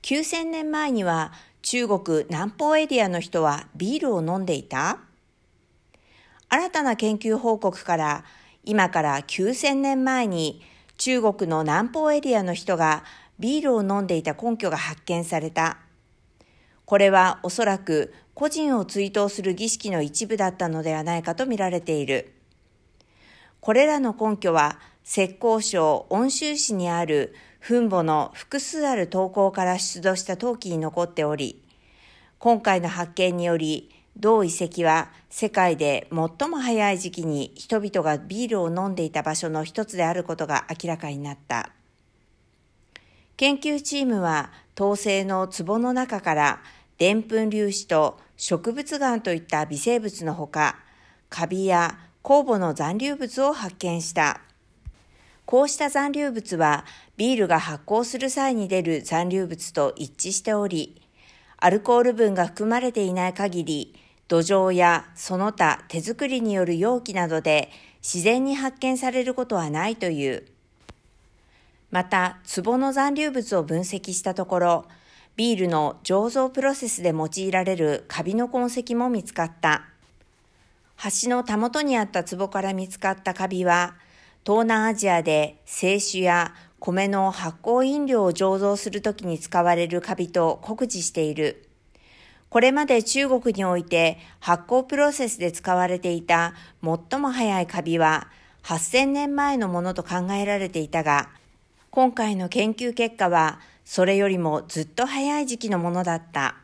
9000年前には中国南方エリアの人はビールを飲んでいた？新たな研究報告から今から9000年前に中国の南方エリアの人がビールを飲んでいた根拠が発見された。これはおそらく故人を追悼する儀式の一部だったのではないかと見られている。これらの根拠は浙江省温州市にある墳墓の複数ある陶坑から出土した陶器に残っており、今回の発見により同遺跡は世界で最も早い時期に人々がビールを飲んでいた場所の一つであることが明らかになった。研究チームは陶製の壺の中からでんぷん粒子と植物岩といった微生物のほか、カビや酵母の残留物を発見した。こうした残留物はビールが発酵する際に出る残留物と一致しており、アルコール分が含まれていない限り、土壌やその他手作りによる容器などで自然に発見されることはないという。また、壺の残留物を分析したところ、ビールの醸造プロセスで用いられるカビの痕跡も見つかった。橋のたもとにあった壺から見つかったカビは、東南アジアで清酒や米の発酵飲料を醸造するときに使われるカビと酷似している。これまで中国において発酵プロセスで使われていた最も早いカビは8000年前のものと考えられていたが、今回の研究結果はそれよりもずっと早い時期のものだった。